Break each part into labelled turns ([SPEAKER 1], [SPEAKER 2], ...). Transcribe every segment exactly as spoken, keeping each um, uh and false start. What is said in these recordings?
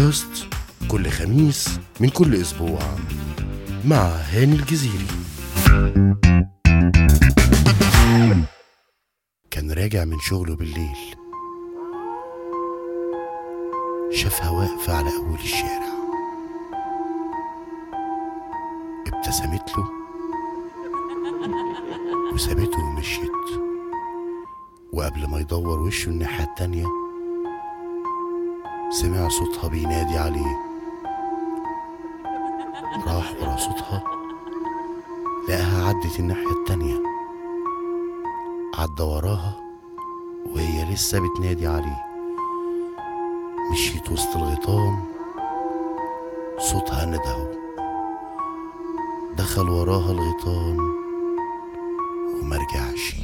[SPEAKER 1] بودكاست كل خميس من كل أسبوع مع هاني الجزيري. كان راجع من شغله بالليل، شافها واقفة على أول الشارع، ابتسمت له وسابته ومشيت. وقبل ما يدور وشه الناحية التانية سمع صوتها بينادي عليه. راح ورا صوتها لقاها عدت الناحية التانية، عدى وراها وهي لسه بتنادي عليه. مشيت وسط الغيطان، صوتها ندهه، دخل وراها الغيطان ومرجعش.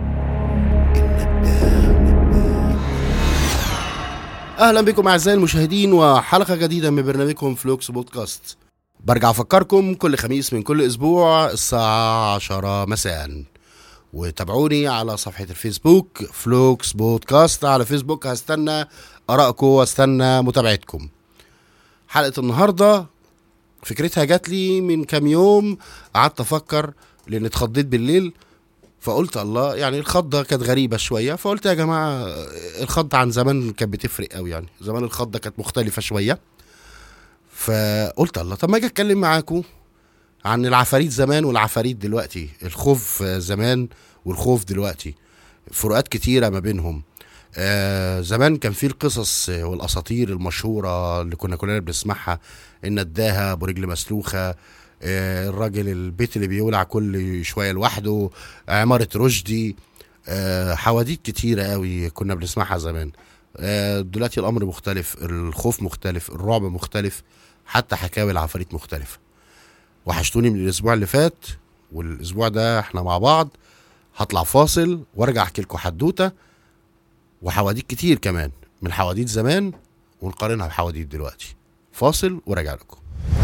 [SPEAKER 1] اهلا بكم اعزائي المشاهدين وحلقه جديده من برنامجكم فلوكس بودكاست. برجع افكركم كل خميس من كل اسبوع الساعه عشرة مساء، وتابعوني على صفحه الفيسبوك فلوكس بودكاست على فيسبوك. هستنى ارائكم واستنى متابعتكم. حلقه النهارده فكرتها جات لي من كام يوم، قعدت افكر لان اتخضيت بالليل، فقلت الله، يعني الخضة كانت غريبة شوية، فقلت يا جماعة الخضة عن زمان كانت بتفرق قوي، يعني زمان الخضة كانت مختلفة شوية. فقلت الله، طب ما اجي اتكلم معاكم عن العفاريت زمان والعفاريت دلوقتي، الخوف زمان والخوف دلوقتي، فروقات كتيرة ما بينهم. آه زمان كان في القصص والاساطير المشهورة اللي كنا كلنا بنسمعها، ان اداها ابو رجل مسلوخة، الراجل البيت اللي بيولع كل شوية لوحده، عمارة رشدي، حواديت كتيرة قوي كنا بنسمعها زمان. دلوقتي الأمر مختلف، الخوف مختلف، الرعب مختلف، حتى حكاوي العفاريت مختلفة. وحشتوني من الأسبوع اللي فات، والأسبوع ده احنا مع بعض. هطلع فاصل وارجع احكي لكم حدوتة وحواديت كتير كمان من حواديت زمان، ونقارنها بحواديت دلوقتي. فاصل وراجع لكم.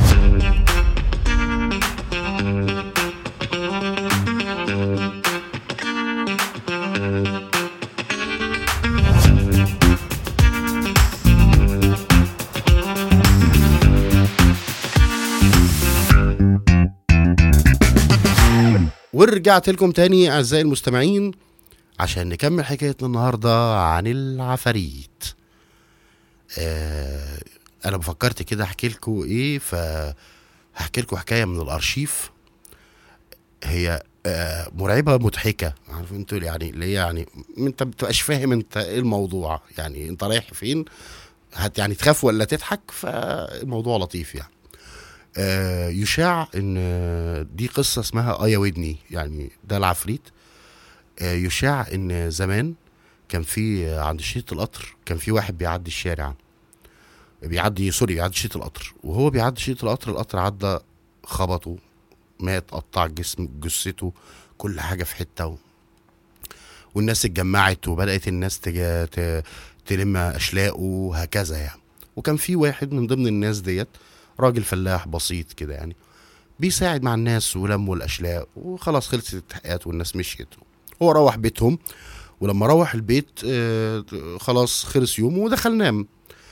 [SPEAKER 1] ورجعت لكم تاني اعزائي المستمعين عشان نكمل حكايتنا النهاردة عن العفاريت. آه انا بفكرت كده احكي لكم ايه، فهحكي لكم حكاية من الارشيف. هي آه مرعبة مضحكة، عارف انتوا يعني اللي هي يعني انت بتبقاش فاهم انت ايه الموضوع، يعني انت رايح فين، هت يعني تخاف ولا تضحك، فالموضوع لطيف يعني. آه يشاع ان دي قصة اسمها آيا ودني، يعني ده العفريت. آه يشاع ان زمان كان في عند شريط القطر، كان في واحد بيعدي الشارع، بيعدي سوري بيعدي شريط القطر، وهو بيعدي شريط القطر، القطر عدى خبطه، مات، قطع جسم جثته، كل حاجة في حتة. والناس اتجمعت وبدأت الناس تجا ت... تلم أشلاقه وهكذا يعني. وكان في واحد من ضمن الناس ديت، راجل فلاح بسيط كده يعني، بيساعد مع الناس ولموا الأشلاء، وخلاص خلصت التحقيقات والناس مشيت. هو روح بيتهم، ولما روح البيت آه خلاص خلص يومه ودخل نام.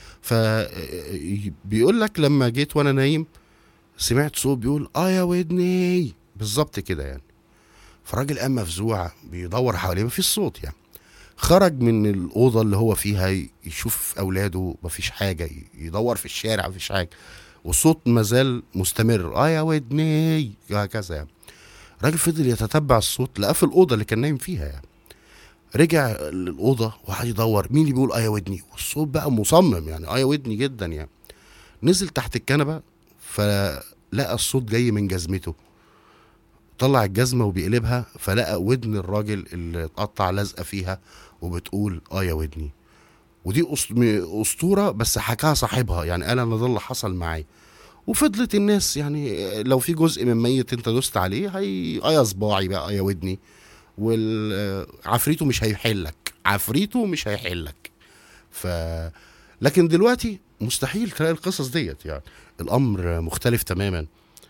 [SPEAKER 1] فبيقول لك لما جيت وانا نايم سمعت صوت بيقول اه يا ودني، بالظبط كده يعني. فالراجل قام مفزوع بيدور حواليه، مفيش صوت يعني. خرج من الأوضة اللي هو فيها يشوف أولاده، مفيش حاجة، يدور في الشارع مفيش حاجة، والصوت مازال مستمر، اه يا ودني هكذا يعني. الراجل فضل يتتبع الصوت، لقاه في الأوضة اللي كان نايم فيها يعني. رجع للأوضة وقعد يدور مين اللي بيقول اه يا ودني، والصوت بقى مصمم يعني اه يا ودني جدا يعني. نزل تحت الكنبة فلقى الصوت جاي من جزمته، طلع الجزمة وبيقلبها فلقى ودن الراجل اللي اتقطع لازقة فيها وبتقول اه يا ودني. ودي أسطورة بس حكاها صاحبها، يعني قال انا ده اللي حصل معي. وفضلت الناس يعني لو في جزء من ميت انت دوست عليه هي اه يا صباعي بقى اه يا ودني، والعفريته مش هيحلك، عفريته مش هيحلك. ف لكن دلوقتي مستحيل تلاقي القصص ديت، يعني الامر مختلف تماما.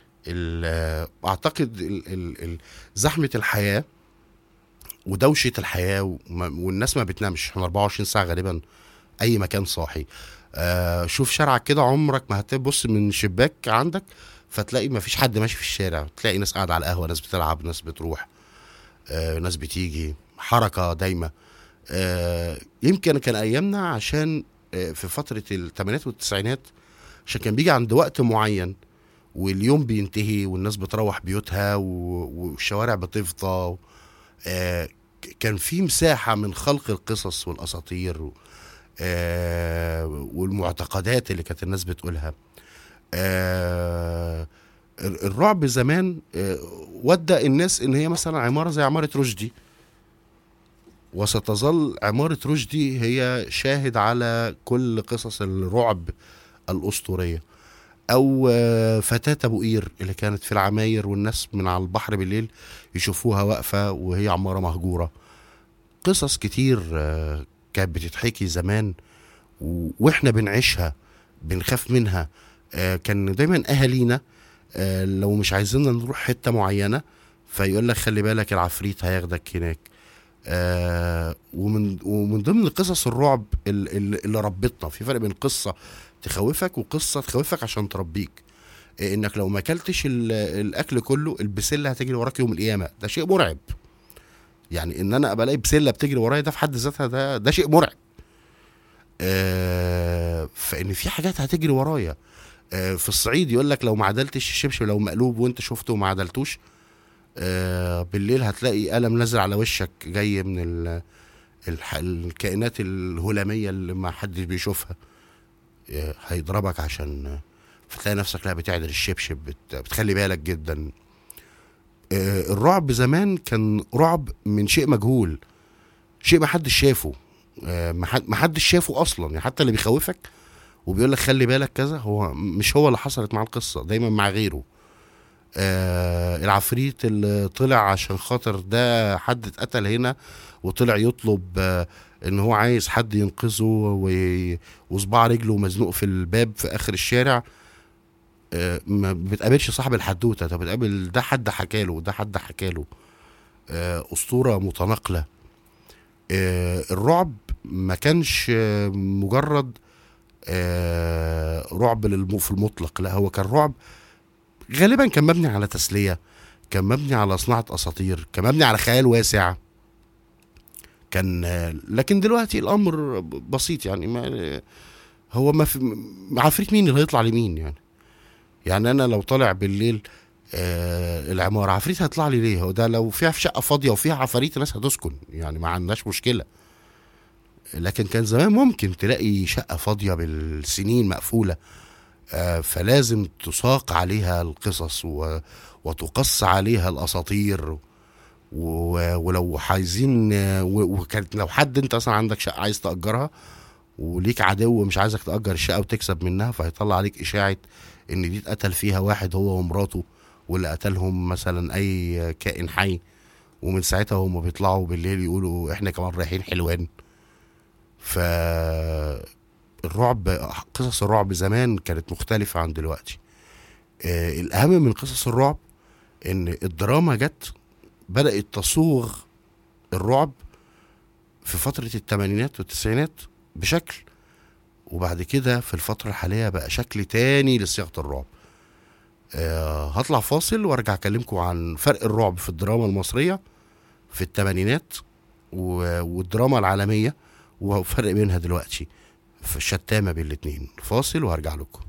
[SPEAKER 1] اعتقد زحمة الحياة ودوشة الحياة والناس ما بتنامش، احنا أربعة وعشرين ساعة غالبا اي مكان صاحي. آه شوف شارعك كده، عمرك ما هتبص من شباك عندك فتلاقي ما فيش حد ماشي في الشارع، تلاقي ناس قاعدة على القهوة، ناس بتلعب، ناس بتروح، آه ناس بتيجي، حركة دايمة. آه يمكن كان ايامنا عشان آه في فترة الثمانينات والتسعينات عشان كان بيجي عند وقت معين واليوم بينتهي والناس بتروح بيوتها والشوارع بتفضى. آه كان في مساحة من خلق القصص والأساطير آه والمعتقدات اللي كانت الناس بتقولها. آه الرعب زمان آه ودى الناس ان هي مثلا عمارة زي عمارة رشدي، وستظل عمارة رشدي هي شاهد على كل قصص الرعب الأسطورية. او فتاة ابو قير اللي كانت في العماير والناس من على البحر بالليل يشوفوها واقفة وهي عمارة مهجورة. قصص كتير كانت بتتحكي زمان واحنا بنعيشها بنخاف منها. كان دايما اهالينا لو مش عايزيننا نروح حتة معينة فيقول لك خلي بالك العفريت هياخدك هناك. ومن ومن ضمن قصص الرعب اللي ربتنا، في فرق بين قصة تخوفك وقصة تخوفك عشان تربيك. انك لو ما اكلتش الاكل كله البسلة هتجري وراك يوم القيامة، ده شيء مرعب. يعني ان انا ابقى الاقي بسلة بتجري ورايا ده في حد ذاتها ده ده شيء مرعب. آه فان في حاجات هتجري ورايا. آه في الصعيد يقول لك لو ما عدلتش الشبشب لو مقلوب وانت شفته وما عدلتوش آه بالليل هتلاقي قلم نازل على وشك جاي من ال الكائنات الهلامية اللي ما حدش بيشوفها، هيضربك عشان فتلاقي نفسك لا بتعدل الشبشب، بتخلي بالك جدا. الرعب زمان كان رعب من شيء مجهول، شيء ما حدش شافه، ما حدش شافه اصلا. يعني حتى اللي بيخوفك وبيقول لك خلي بالك كذا هو مش هو اللي حصلت مع القصة، دايما مع غيره. العفريت اللي طلع عشان خاطر ده حد اتقتل هنا وطلع يطلب ان هو عايز حد ينقذه وصباع رجله مزنوق في الباب في اخر الشارع، ما بتقابلش صاحب الحدوته، ده بتقابل ده حد حكاله ده حد حكاله اسطوره متناقله. الرعب ما كانش مجرد رعب في المطلق، لا هو كان رعب غالبا كان مبني على تسليه، كان مبني على صناعه اساطير، كان مبني على خيال واسع. كان لكن دلوقتي الامر بسيط، يعني ما هو ما في عفريت مين اللي هيطلع لمين. يعني يعني انا لو طالع بالليل آه العماره عفريت هيطلع لي ليه؟ هو ده لو فيها في شقه فاضيه وفيها عفاريت الناس هتسكن، يعني ما عندناش مشكله. لكن كان زمان ممكن تلاقي شقه فاضيه بالسنين مقفوله، آه فلازم تساق عليها القصص وتقص عليها الاساطير. ولو عايزين وكانت لو حد انت اصلا عندك شقه عايز تاجرها وليك عدو مش عايزك تاجر الشقه وتكسب منها، فهيطلع عليك اشاعه ان دي اتقتل فيها واحد هو ومراته واللي قتلهم مثلا اي كائن حي، ومن ساعتها هم بيطلعوا بالليل يقولوا احنا كمان رايحين حلوان. ف الرعب قصص الرعب زمان كانت مختلفه عن دلوقتي. آه الاهم من قصص الرعب ان الدراما جت بدأت تصوغ الرعب في فترة الثمانينات والتسعينات بشكل، وبعد كده في الفترة الحالية بقى شكل تاني لصياغة الرعب. أه هطلع فاصل وارجع اكلمكم عن فرق الرعب في الدراما المصرية في الثمانينات والدراما العالمية وفرق بينها دلوقتي في الشتامة بين الاتنين. فاصل وهرجع لكم.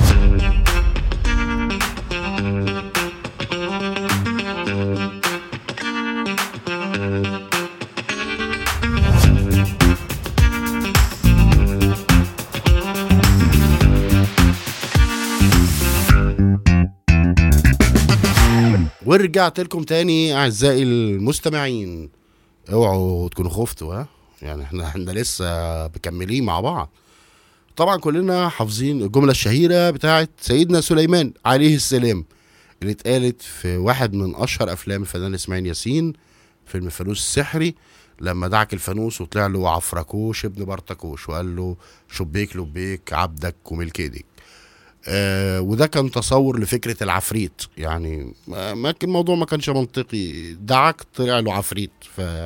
[SPEAKER 1] ورجعت لكم تاني اعزائي المستمعين. اوعوا تكونوا خفتوا، ها يعني احنا احنا لسه مكملين مع بعض. طبعا كلنا حافظين الجمله الشهيره بتاعت سيدنا سليمان عليه السلام اللي اتقالت في واحد من اشهر افلام الفنان اسماعيل ياسين، فيلم الفانوس السحري، لما دعك الفانوس وطلع له عفركوش ابن برتكوش وقال له شبيك لبيك عبدك وملك ايديك. آه وده كان تصور لفكرة العفريت، يعني ما كان الموضوع ما كانش منطقي، دعك طلع له عفريت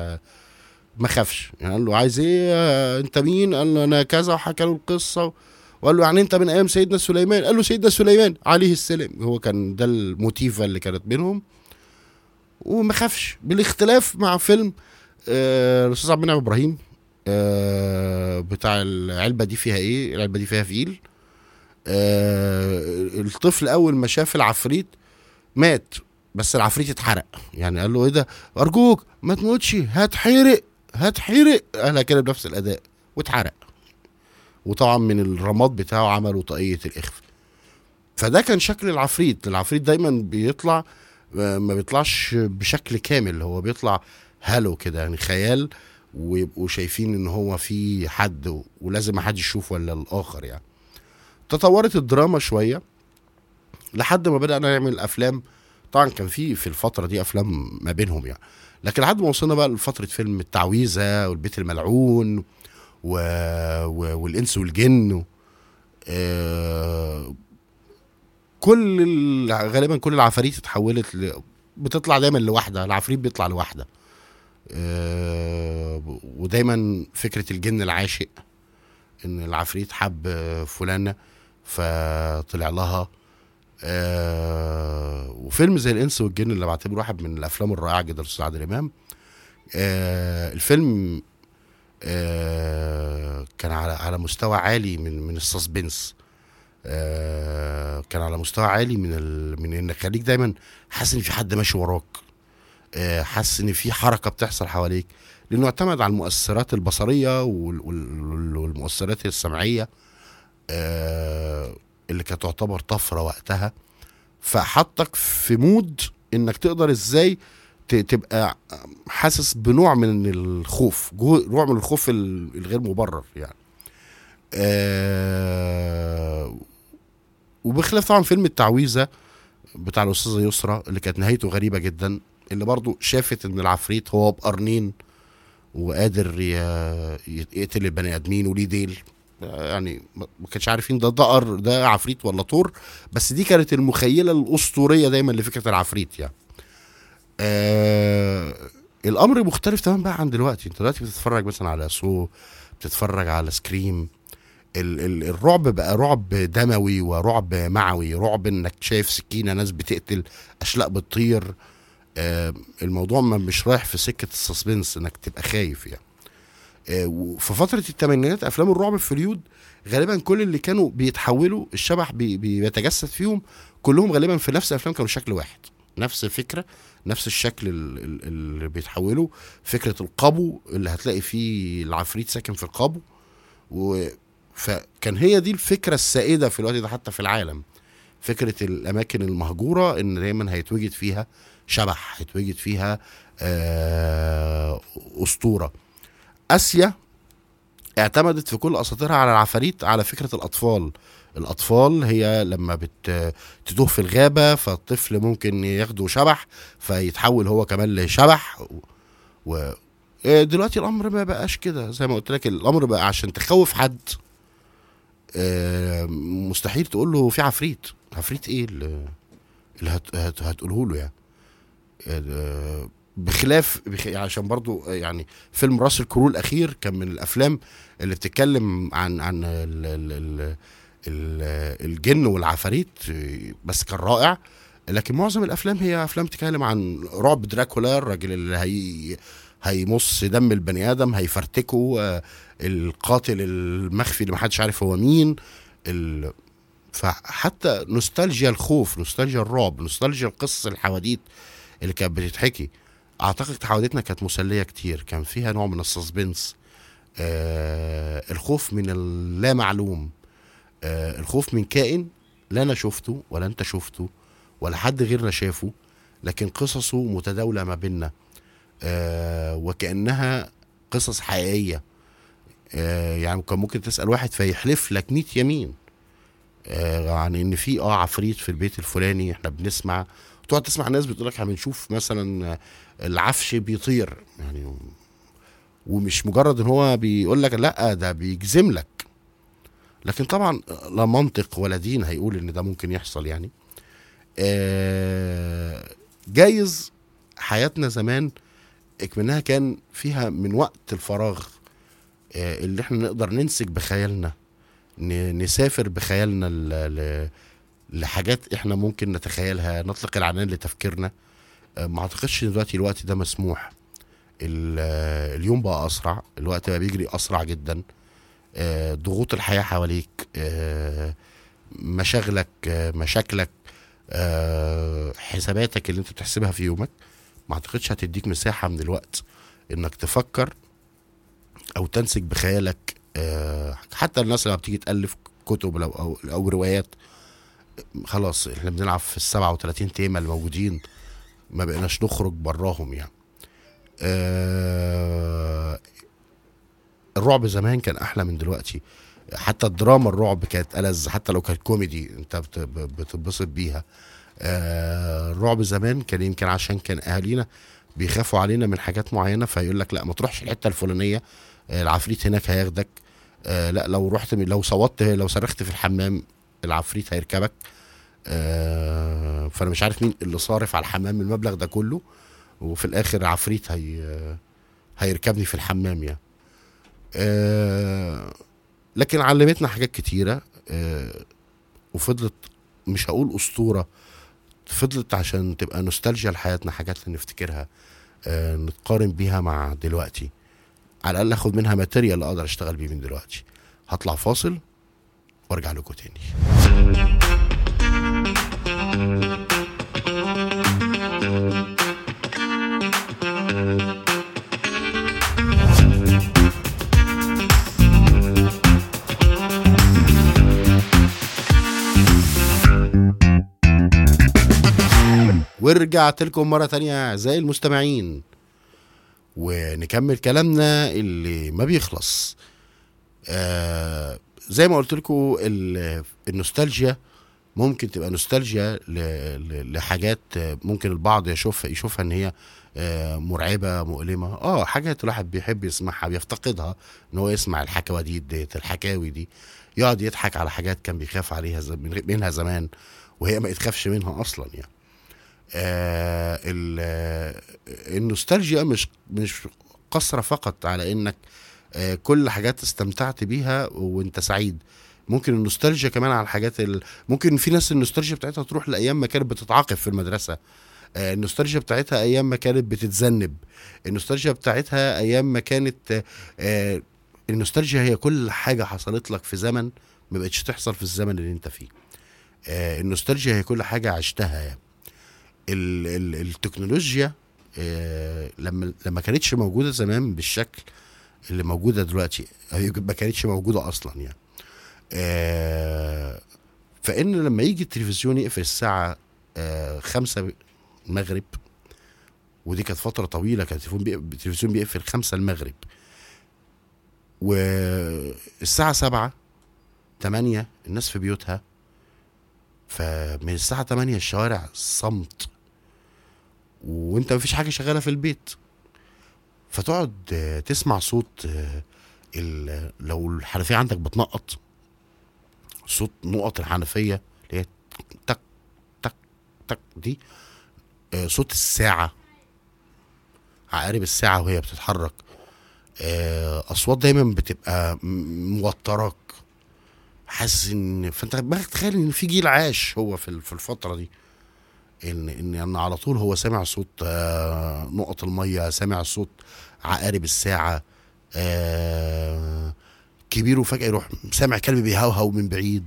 [SPEAKER 1] فما خافش. يعني قال له عايز ايه؟ آه انت مين؟ قال له انا كذا، وحكى له القصة وقال له يعني انت من ايام سيدنا سليمان؟ قال له سيدنا سليمان عليه السلام. هو كان ده الموتيفه اللي كانت بينهم، وما خافش بالاختلاف مع فيلم آه الاستاذ عبد المنعم ابراهيم آه بتاع العلبه دي فيها ايه، العلبه دي فيها فيل. آه الطفل اول ما شاف العفريت مات، بس العفريت اتحرق. يعني قال له ايه ده، ارجوك ما تموتش، هتحرق هتحرق. قالها كده بنفس الاداء واتحرق. وطبعا من الرماد بتاعه عملوا طاقية الإخفاء. فده كان شكل العفريت. العفريت دايما بيطلع ما بيطلعش بشكل كامل، هو بيطلع هالو كده يعني خيال، ويبقوا شايفين ان هو في حد ولازم ما حد يشوفه ولا الاخر. يعني تطورت الدراما شويه لحد ما بدأنا نعمل افلام. طبعا كان في في الفتره دي افلام ما بينهم يعني، لكن لحد ما وصلنا بقى لفتره فيلم التعويذه والبيت الملعون و... و... والانس والجن. آه... كل ال... غالبا كل العفاريت اتحولت ل... بتطلع دايما لوحده، العفريت بيطلع لوحده. آه... ودايما فكره الجن العاشق، ان العفريت حب فلانه فطلع لها. آه... وفيلم زي الانس والجن اللي بعتبره واحد من الافلام الرائعه جدا للاستاذ عادل امام. آه... الفيلم آه كان على على مستوى عالي من من السسبنس. آه كان على مستوى عالي من ال من انك خليك دايما حاسس ان في حد ماشي وراك، آه حاسس ان في حركه بتحصل حواليك، لانه اعتمد على المؤثرات البصريه وال وال والمؤثرات السمعيه آه اللي كانت تعتبر طفره وقتها. فحطك في مود انك تقدر ازاي تبقى حاسس بنوع من الخوف، نوع من الخوف الغير مبرر يعني. آه وبخلاف طبعا فيلم التعويذة بتاع الأستاذة يسرى اللي كانت نهايته غريبة جدا، اللي برضو شافت ان العفريت هو بقرنين وقادر يقتل البني ادمين وليه ديل. يعني ما كانش عارفين ده دقر ده عفريت ولا طور، بس دي كانت المخيلة الأسطورية دايما لفكرة العفريت يعني. آه الامر مختلف تماما بقى عن دلوقتي. انت دلوقتي بتتفرج مثلا على سو، بتتفرج على سكريم. ال ال الرعب بقى رعب دموي ورعب معوي، رعب انك شايف سكينه، ناس بتقتل، اشلاء بتطير. آه الموضوع ما مش رايح في سكه السسبنس انك تبقى خايف يعني. آه وفي فتره الثمانينات افلام الرعب في اليود غالبا كل اللي كانوا بيتحولوا الشبح بي بيتجسد فيهم كلهم غالبا في نفس الافلام كانوا شكل واحد، نفس الفكره، نفس الشكل اللي بيتحولوا. فكرة القبو اللي هتلاقي فيه العفريت ساكن في القبو، فكان هي دي الفكرة السائدة في الوقت ده حتى في العالم. فكرة الأماكن المهجورة إن دايما هيتوجد فيها شبح، هيتوجد فيها أسطورة. آسيا اعتمدت في كل أساطيرها على العفاريت على فكرة الأطفال. الأطفال هي لما بتتوه في الغابة فالطفل ممكن ياخده شبح فيتحول هو كمان لشبح. ودلوقتي الأمر ما بقاش كده، زي ما قلت لك الأمر بقى عشان تخوف حد مستحيل تقول له في عفريت. عفريت ايه اللي هت هت هتقوله له يعني. بخلاف بخ... عشان برضو يعني فيلم راسل كرو الأخير كان من الأفلام اللي بتتكلم عن عن ال ال ال الجن والعفاريت، بس كان رائع. لكن معظم الافلام هي افلام بتتكلم عن رعب دراكولا، الراجل اللي هي هيمص دم البني ادم، هيفرتكه، القاتل المخفي اللي محدش عارف هو مين. ال... فحتى نوستالجيا الخوف، نوستالجيا الرعب، نوستالجيا القصص الحواديت اللي كانت بتتحكي، اعتقد حواديتنا كانت مسليه كتير، كان فيها نوع من السسبنس. آه الخوف من اللا معلوم، آه الخوف من كائن لا انا شفته ولا انت شفته ولا حد غيرنا شافه، لكن قصصه متداولة ما بيننا، آه وكأنها قصص حقيقية. آه يعني كان ممكن تسأل واحد فيحلف لك مية يمين آه عن ان في اه عفريت في البيت الفلاني. احنا بنسمع، تقعد تسمع ناس بتقولك احنا بنشوف مثلا العفش بيطير يعني، ومش مجرد ان هو بيقول لك لا، ده بيجزم لك. لكن طبعا لا منطق ولا دين هيقول ان ده ممكن يحصل يعني. آه جايز حياتنا زمان اكمنها كان فيها من وقت الفراغ آه اللي احنا نقدر ننسج بخيالنا نسافر بخيالنا لحاجات احنا ممكن نتخيلها، نطلق العنان لتفكيرنا. ما اعتقدش ان دلوقتي الوقت ده مسموح. اليوم بقى اسرع، الوقت بقى بيجري اسرع جدا. ضغوط الحياة حواليك، مشاغلك، مشاكلك، حساباتك اللي انت بتحسبها في يومك، ما اعتقدش هتديك مساحة من الوقت انك تفكر او تنسج بخيالك. حتى الناس لما بتيجي تألف كتب او, أو روايات، خلاص احنا بنلعب في السبعة وثلاثين تيمة الموجودين، ما بقيناش نخرج براهم يعني. أه الرعب زمان كان احلى من دلوقتي. حتى الدراما الرعب كانت ألذ، حتى لو كانت كوميدي انت بتتبسط بيها. أه الرعب زمان كان يمكن عشان كان اهالينا بيخافوا علينا من حاجات معينة، فيقول لك لا ما تروحش الحتة الفلانية، العفريت هناك هياخدك. أه لا لو رحت لو صوتت لو صرخت في الحمام العفريت هيركبك. أه فانا مش عارف مين اللي صارف على الحمام المبلغ ده كله، وفي الاخر عفريت هي هيركبني في الحمام يعني. أه لكن علمتنا حاجات كتيرة. أه وفضلت، مش هقول اسطورة، فضلت عشان تبقى نوستالجيا لحياتنا، حاجات نفتكرها، أه نتقارن بيها مع دلوقتي، على الاقل اخد منها ماتيريال اقدر اشتغل بيه من دلوقتي. هطلع فاصل وارجع لكم تاني. ورجعت لكم مرة تانية أعزائي المستمعين، ونكمل كلامنا اللي ما بيخلص. آه زي ما قلت لكم، النوستالجيا ممكن تبقى نوستالجيا لحاجات ممكن البعض يشوفها يشوفها ان هي مرعبة مؤلمة. اه حاجات الواحد بيحب يسمعها، بيفتقدها ان هو يسمع الحكاوي دي الحكاوي دي، يقعد يضحك على حاجات كان بيخاف عليها منها زمان وهي ما يتخافش منها اصلا يعني. آه النوستالجيا مش مش قصرة فقط على انك آه كل حاجات استمتعت بيها وانت سعيد. ممكن النوستالجيا كمان على الحاجات ال... ممكن في ناس النوستالجيا بتاعتها تروح لايام ما كانت بتتعاقب في المدرسة. آه النوستالجيا بتاعتها ايام ما كانت بتتذنب. النوستالجيا بتاعتها ايام ما كانت آه النوستالجيا هي كل حاجة حصلت لك في زمن ما بقتش تحصل في الزمن اللي انت فيه. آه النوستالجيا هي كل حاجة عشتها يعني. ال ال التكنولوجيا آه لما لما كانتش موجوده زمان بالشكل اللي موجوده دلوقتي، هي ما كانتش موجوده اصلا يعني. آه فان لما يجي التلفزيون يقفل الساعه آه خمسة المغرب، ودي كانت فتره طويله كان التلفزيون بيقفل خمسة المغرب، والساعه سبعة تمانية الناس في بيوتها، فمن الساعه تمانية الشوارع صمت وانت مفيش حاجه شغاله في البيت، فتقعد تسمع صوت لو الحنفيه عندك بتنقط، صوت نقط الحنفيه اللي هي تك تك تك دي، صوت الساعه، عقارب الساعه وهي بتتحرك، اصوات دايما بتبقى موتراك، حاسس ان فانت تخيل ان في جيل عاش هو في الفتره دي، ان ان ان على طول هو سامع صوت آه نقط الميه، سامع صوت عقارب الساعه آه كبير، وفجاه يروح سامع كلب بيهوهو من بعيد،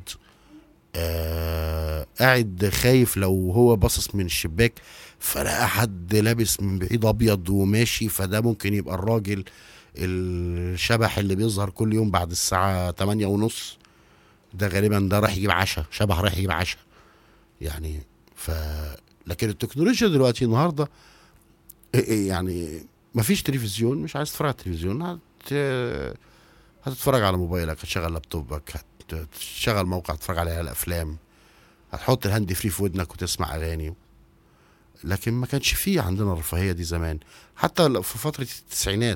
[SPEAKER 1] آه قاعد خايف لو هو باصص من الشباك فلقى حد لابس من بعيد ابيض وماشي، فده ممكن يبقى الراجل الشبح اللي بيظهر كل يوم بعد الساعه تمانية ونص، ده غالبا ده راح يجيب عشاء، شبح رايح يجيب عشاء يعني. ف لكن التكنولوجيا دلوقتي النهارده يعني مفيش تلفزيون، مش عايز تتفرج على التلفزيون، هت... هتتفرج على موبايلك، هتشغل لابتوبك، هتشغل موقع تتفرج عليه الافلام، هتحط الهاند فري في ودنك وتسمع اغاني. لكن ما كانش فيه عندنا الرفاهيه دي زمان، حتى في فتره التسعينات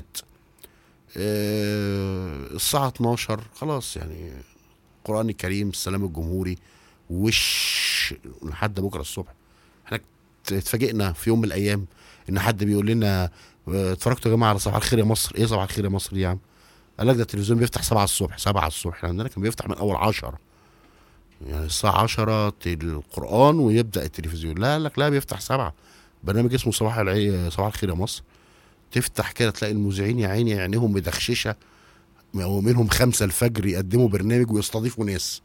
[SPEAKER 1] الساعه اتناشر خلاص يعني القرآن الكريم السلام الجمهوري وش لحد بكره الصبح. احنا اتفاجئنا في يوم من الايام ان حد بيقول لنا اتفرجتوا يا جماعه على صباح الخير يا مصر. ايه صباح الخير يا مصر دي يا عم؟ قال لك ده التلفزيون بيفتح سبعة الصبح. سبعة الصبح احنا عندنا كان بيفتح من اول عشرة، يعني الساعة عشرة القرآن ويبدأ التلفزيون. لا قال لك لا بيفتح سبعة. برنامج اسمه صباح العي... صباح الخير يا مصر، تفتح كده تلاقي المذيعين يا عيني عينيهم مدخششة، ومنهم خمسة الفجر يقدموا برنامج ويستضيفوا ناس.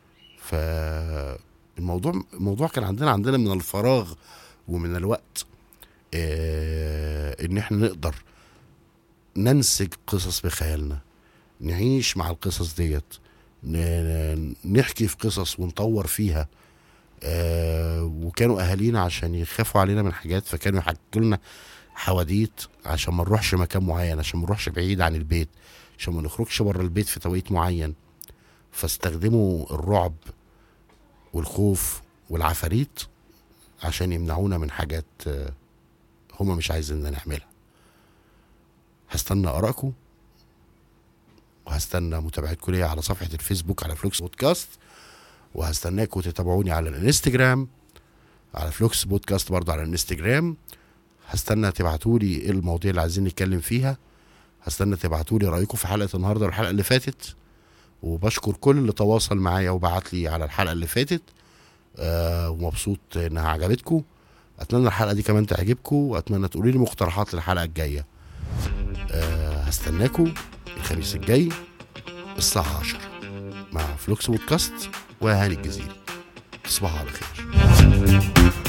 [SPEAKER 1] فالموضوع الموضوع كان عندنا عندنا من الفراغ ومن الوقت اه ان احنا نقدر ننسج قصص بخيالنا، نعيش مع القصص ديت، نحكي في قصص ونطور فيها. اه وكانوا اهالينا عشان يخافوا علينا من حاجات فكانوا يحكوا لنا حواديت عشان ما نروحش مكان معين، عشان ما نروحش بعيد عن البيت، عشان ما نخرجش بره البيت في توقيت معين. فاستخدموا الرعب والخوف والعفاريت عشان يمنعونا من حاجات هما مش عايزيننا نعملها. هستنى آرائكم وهستنى متابعتكم ليا على صفحة الفيسبوك على فلوكس بودكاست، وهستناكم تتابعوني على الانستجرام على فلوكس بودكاست برضه على الانستجرام. هستنى تبعتولي ايه المواضيع اللي عايزين نتكلم فيها، هستنى تبعتولي رأيكم في حلقة النهاردة والحلقة اللي فاتت. وبشكر كل اللي تواصل معايا وبعت لي على الحلقة اللي فاتت، آه ومبسوط انها عجبتكم. اتمنى الحلقة دي كمان تعجبكم، واتمنى تقولي لي مقترحات للحلقة الجاية. آه هستناكم الخميس الجاي الساعة عشرة مع فلوكس بودكاست وهاني الجزيري. تصبحوا على خير.